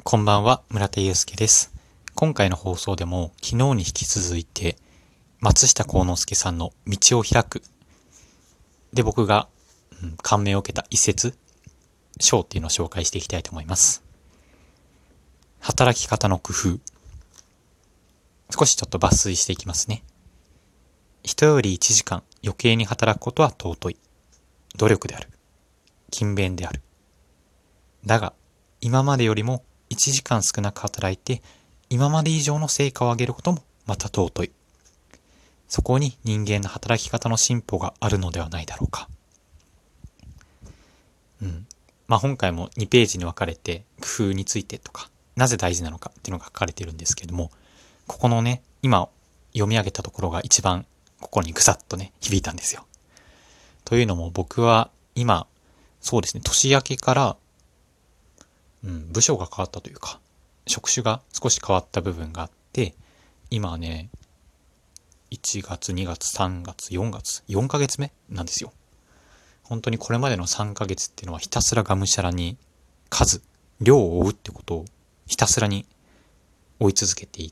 こんばんは、村田祐介です。今回の放送でも昨日に引き続いて松下幸之助さんの道を開くで僕が、感銘を受けた一節章っていうのを紹介していきたいと思います。働き方の工夫。少しちょっと抜粋していきますね。人より1時間余計に働くことは尊い。努力である。勤勉である。だが、今までよりも1時間少なく働いて、今まで以上の成果を上げることもまた尊い。そこに人間の働き方の進歩があるのではないだろうか。今回も2ページに分かれて工夫についてとか、なぜ大事なのかっていうのが書かれているんですけれども、ここのね、今読み上げたところが一番心にぐさっとね、響いたんですよ。というのも僕は今、そうですね、年明けから、部署が変わったというか、職種が少し変わった部分があって、今はね、1月、2月、3月、4月、4ヶ月目なんですよ。本当にこれまでの3ヶ月っていうのはひたすらがむしゃらに量を追うってことをひたすらに追い続けていって、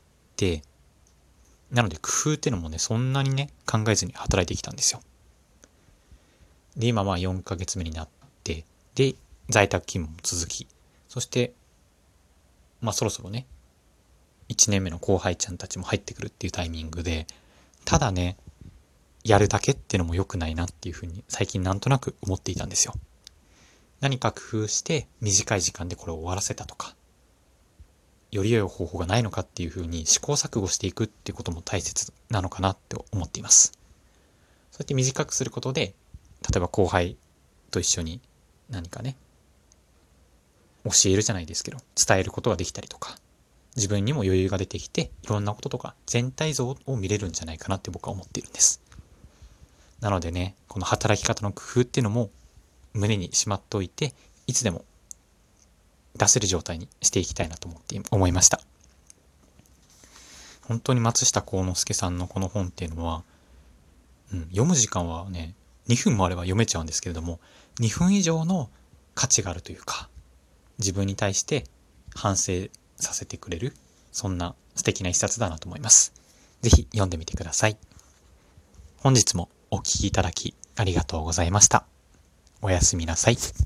なので工夫っていうのもね、そんなにね、考えずに働いてきたんですよ。で、今4ヶ月目になって、で、在宅勤務も続き、そして、そろそろね、1年目の後輩ちゃんたちも入ってくるっていうタイミングで、ただね、やるだけっていうのも良くないなっていうふうに最近なんとなく思っていたんですよ。何か工夫して短い時間でこれを終わらせたとか、より良い方法がないのかっていうふうに試行錯誤していくっていうことも大切なのかなって思っています。そうやって短くすることで、例えば後輩と一緒に何かね、教えるじゃないですけど、伝えることができたりとか、自分にも余裕が出てきて、いろんなこととか全体像を見れるんじゃないかなって僕は思っているんです。なのでね、この働き方の工夫っていうのも胸にしまっておいて、いつでも出せる状態にしていきたいなと思いました。本当に松下幸之助さんのこの本っていうのは、読む時間はね、2分もあれば読めちゃうんですけれども、2分以上の価値があるというか、自分に対して反省させてくれる、そんな素敵な一冊だなと思います。ぜひ読んでみてください。本日もお聞きいただきありがとうございました。おやすみなさい。